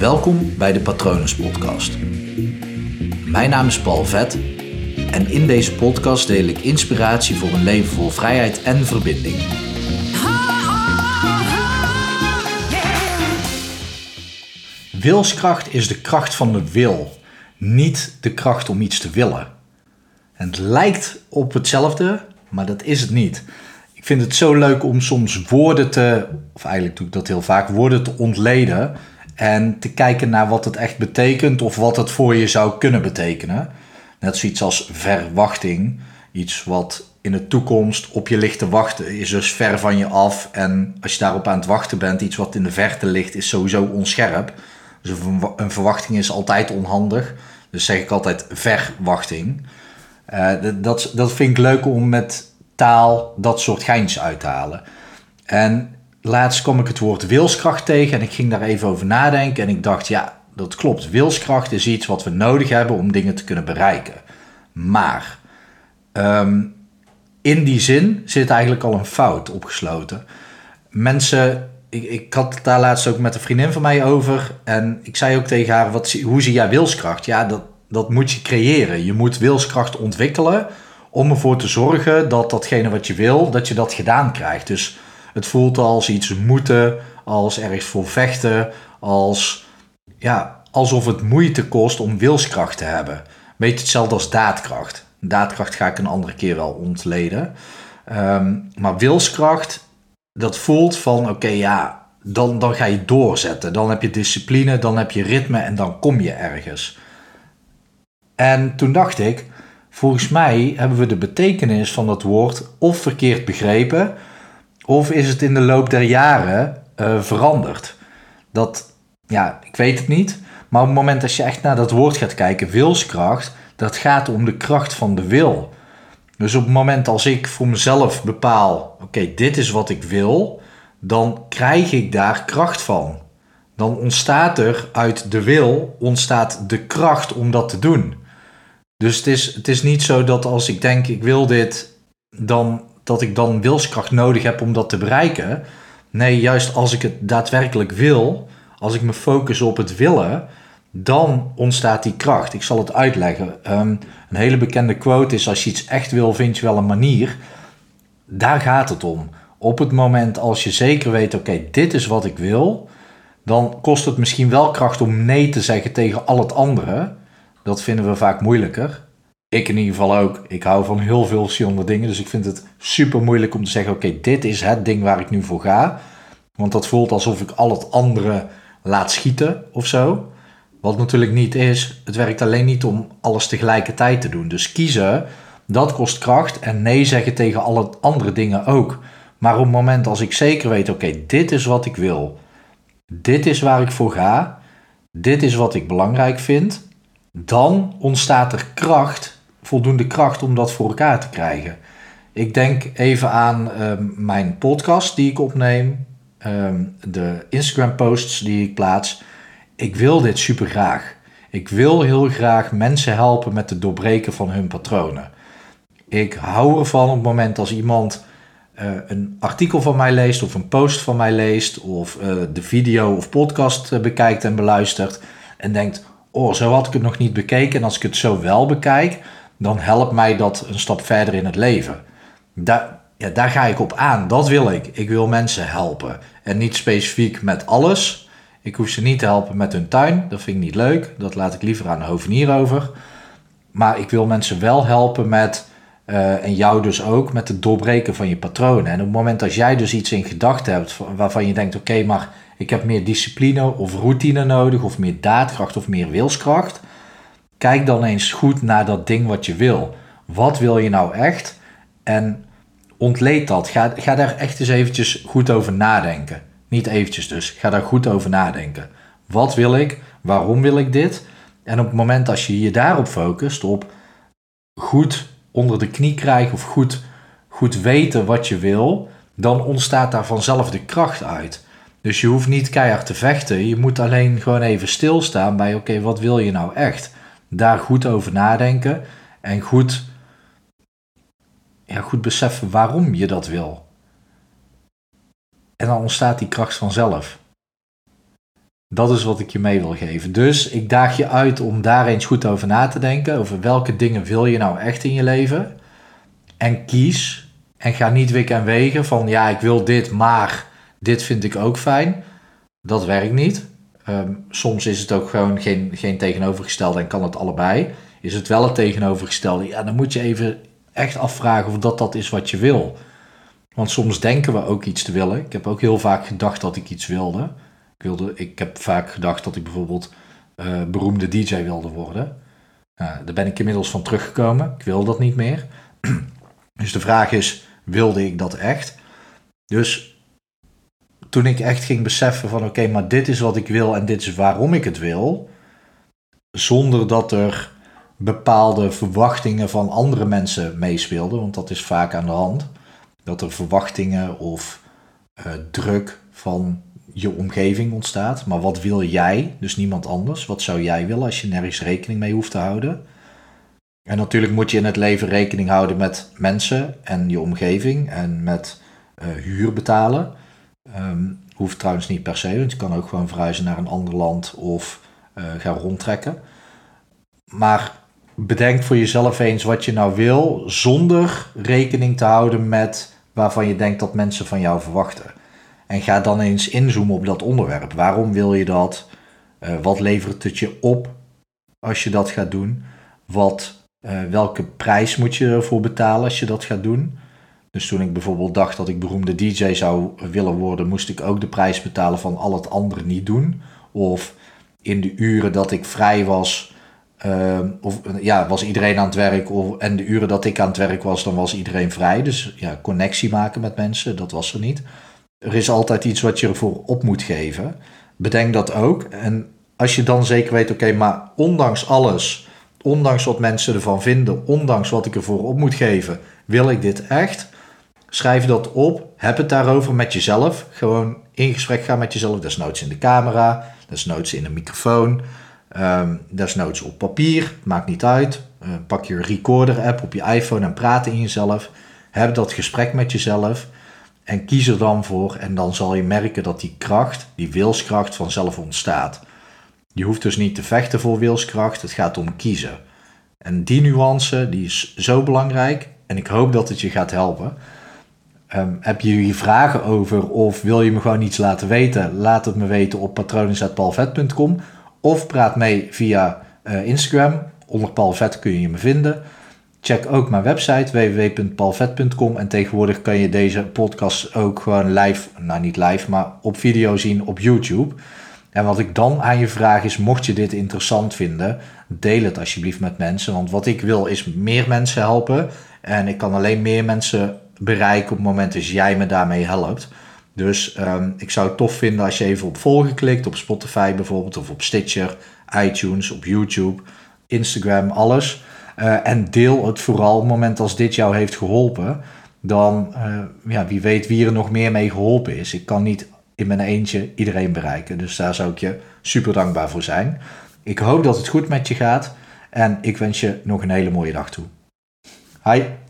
Welkom bij de Patronus Podcast. Mijn naam is Paul Vet en in deze podcast deel ik inspiratie voor een leven vol vrijheid en verbinding. Wilskracht is de kracht van de wil, niet de kracht om iets te willen. En het lijkt op hetzelfde, maar dat is het niet. Ik vind het zo leuk om soms woorden eigenlijk doe ik dat heel vaak, woorden te ontleden en te kijken naar wat het echt betekent of wat het voor je zou kunnen betekenen. Net zoiets als verwachting, iets wat in de toekomst op je ligt te wachten, is dus ver van je af. En als je daarop aan het wachten bent, iets wat in de verte ligt, is sowieso onscherp. Dus een verwachting is altijd onhandig. Dus zeg ik altijd verwachting. Dat vind ik leuk om met taal dat soort geintjes uit te halen. En laatst kwam ik het woord wilskracht tegen en ik ging daar even over nadenken. En ik dacht, ja, dat klopt. Wilskracht is iets wat we nodig hebben om dingen te kunnen bereiken. Maar in die zin zit eigenlijk al een fout opgesloten. Mensen, ik had het daar laatst ook met een vriendin van mij over. En ik zei ook tegen haar, hoe zie jij wilskracht? Ja, dat moet je creëren. Je moet wilskracht ontwikkelen om ervoor te zorgen dat datgene wat je wil, dat je dat gedaan krijgt. Dus het voelt als iets moeten, als ergens voor vechten, alsof het moeite kost om wilskracht te hebben. Beetje hetzelfde als daadkracht. Daadkracht ga ik een andere keer wel ontleden. Maar wilskracht, dat voelt van dan ga je doorzetten. Dan heb je discipline, dan heb je ritme en dan kom je ergens. En toen dacht ik, volgens mij hebben we de betekenis van dat woord of verkeerd begrepen, of is het in de loop der jaren veranderd. Ik weet het niet. Maar op het moment dat je echt naar dat woord gaat kijken, wilskracht, dat gaat om de kracht van de wil. Dus op het moment als ik voor mezelf bepaal, dit is wat ik wil, dan krijg ik daar kracht van. Dan ontstaat er uit de wil, ontstaat de kracht om dat te doen. Dus het is niet zo dat als ik denk ik wil dit, dat ik dan wilskracht nodig heb om dat te bereiken. Nee, juist als ik het daadwerkelijk wil, als ik me focus op het willen, dan ontstaat die kracht. Ik zal het uitleggen. Een hele bekende quote is, als je iets echt wil, vind je wel een manier. Daar gaat het om. Op het moment als je zeker weet, dit is wat ik wil, dan kost het misschien wel kracht om nee te zeggen tegen al het andere. Dat vinden we vaak moeilijker. Ik in ieder geval ook. Ik hou van heel veel verschillende dingen. Dus ik vind het super moeilijk om te zeggen, dit is het ding waar ik nu voor ga. Want dat voelt alsof ik al het andere laat schieten of zo. Wat natuurlijk niet is. Het werkt alleen niet om alles tegelijkertijd te doen. Dus kiezen, dat kost kracht. En nee zeggen tegen alle andere dingen ook. Maar op het moment als ik zeker weet, dit is wat ik wil. Dit is waar ik voor ga. Dit is wat ik belangrijk vind. Dan ontstaat er voldoende kracht om dat voor elkaar te krijgen. Ik denk even aan mijn podcast die ik opneem, de Instagram posts die ik plaats. Ik wil dit super graag. Ik wil heel graag mensen helpen met het doorbreken van hun patronen. Ik hou ervan op het moment als iemand een artikel van mij leest of een post van mij leest of de video of podcast bekijkt en beluistert en denkt, zo had ik het nog niet bekeken. En als ik het zo wel bekijk, dan helpt mij dat een stap verder in het leven. Daar ga ik op aan. Dat wil ik. Ik wil mensen helpen. En niet specifiek met alles. Ik hoef ze niet te helpen met hun tuin. Dat vind ik niet leuk. Dat laat ik liever aan de hovenier over. Maar ik wil mensen wel helpen met, en jou dus ook, met het doorbreken van je patronen. En op het moment dat jij dus iets in gedachten hebt waarvan je denkt, maar ik heb meer discipline of routine nodig, of meer daadkracht of meer wilskracht. Kijk dan eens goed naar dat ding wat je wil. Wat wil je nou echt? En ontleed dat. Ga daar echt eens eventjes goed over nadenken. Niet eventjes dus. Ga daar goed over nadenken. Wat wil ik? Waarom wil ik dit? En op het moment als je je daarop focust, op goed onder de knie krijgen of goed weten wat je wil, dan ontstaat daar vanzelf de kracht uit. Dus je hoeft niet keihard te vechten. Je moet alleen gewoon even stilstaan bij, wat wil je nou echt? Daar goed over nadenken en goed beseffen waarom je dat wil. En dan ontstaat die kracht vanzelf. Dat is wat ik je mee wil geven. Dus ik daag je uit om daar eens goed over na te denken. Over welke dingen wil je nou echt in je leven. En kies. En ga niet wikken en wegen van ja, ik wil dit, maar dit vind ik ook fijn. Dat werkt niet. Soms is het ook gewoon geen tegenovergestelde en kan het allebei. Is het wel het tegenovergestelde? Ja, dan moet je even echt afvragen of dat is wat je wil. Want soms denken we ook iets te willen. Ik heb ook heel vaak gedacht dat ik iets wilde. Ik heb vaak gedacht dat ik bijvoorbeeld beroemde DJ wilde worden. Daar ben ik inmiddels van teruggekomen. Ik wil dat niet meer. Dus de vraag is, wilde ik dat echt? Dus toen ik echt ging beseffen van oké, maar dit is wat ik wil en dit is waarom ik het wil. Zonder dat er bepaalde verwachtingen van andere mensen meespeelden. Want dat is vaak aan de hand. Dat er verwachtingen of druk van je omgeving ontstaat. Maar wat wil jij? Dus niemand anders. Wat zou jij willen als je nergens rekening mee hoeft te houden? En natuurlijk moet je in het leven rekening houden met mensen en je omgeving. En met huur betalen. Hoeft trouwens niet per se. Want je kan ook gewoon verhuizen naar een ander land of gaan rondtrekken. Maar bedenk voor jezelf eens wat je nou wil. Zonder rekening te houden met waarvan je denkt dat mensen van jou verwachten. En ga dan eens inzoomen op dat onderwerp. Waarom wil je dat? Wat levert het je op als je dat gaat doen? Welke prijs moet je ervoor betalen als je dat gaat doen? Dus toen ik bijvoorbeeld dacht dat ik beroemde DJ zou willen worden, moest ik ook de prijs betalen van al het andere niet doen. Of in de uren dat ik vrij was, was iedereen aan het werk. En de uren dat ik aan het werk was, dan was iedereen vrij. Dus ja, connectie maken met mensen, dat was er niet. Er is altijd iets wat je ervoor op moet geven. Bedenk dat ook. En als je dan zeker weet, oké, maar ondanks alles, ondanks wat mensen ervan vinden, ondanks wat ik ervoor op moet geven, wil ik dit echt? Schrijf dat op. Heb het daarover met jezelf. Gewoon in gesprek gaan met jezelf. Desnoods in de camera, desnoods in een microfoon, desnoods op papier. Maakt niet uit. Pak je recorder app op je iPhone en praat in jezelf. Heb dat gesprek met jezelf. En kies er dan voor. En dan zal je merken dat die kracht, die wilskracht vanzelf ontstaat. Je hoeft dus niet te vechten voor wilskracht. Het gaat om kiezen. En die nuance, die is zo belangrijk. En ik hoop dat het je gaat helpen. Heb je hier vragen over of wil je me gewoon iets laten weten? Laat het me weten op patronen@paulvet.com of praat mee via Instagram. Onder Paul Vet kun je me vinden. Check ook mijn website www.paulvet.com en tegenwoordig kan je deze podcast ook gewoon live, nou niet live, maar op video zien op YouTube. En wat ik dan aan je vraag is, mocht je dit interessant vinden, deel het alsjeblieft met mensen. Want wat ik wil is meer mensen helpen en ik kan alleen meer mensen bereiken op het moment dat jij me daarmee helpt. Dus ik zou het tof vinden als je even op volgen klikt, op Spotify bijvoorbeeld, of op Stitcher, iTunes, op YouTube, Instagram, alles. En deel het vooral op het moment als dit jou heeft geholpen. Dan, wie weet wie er nog meer mee geholpen is. Ik kan niet in mijn eentje iedereen bereiken. Dus daar zou ik je super dankbaar voor zijn. Ik hoop dat het goed met je gaat. En ik wens je nog een hele mooie dag toe. Hi.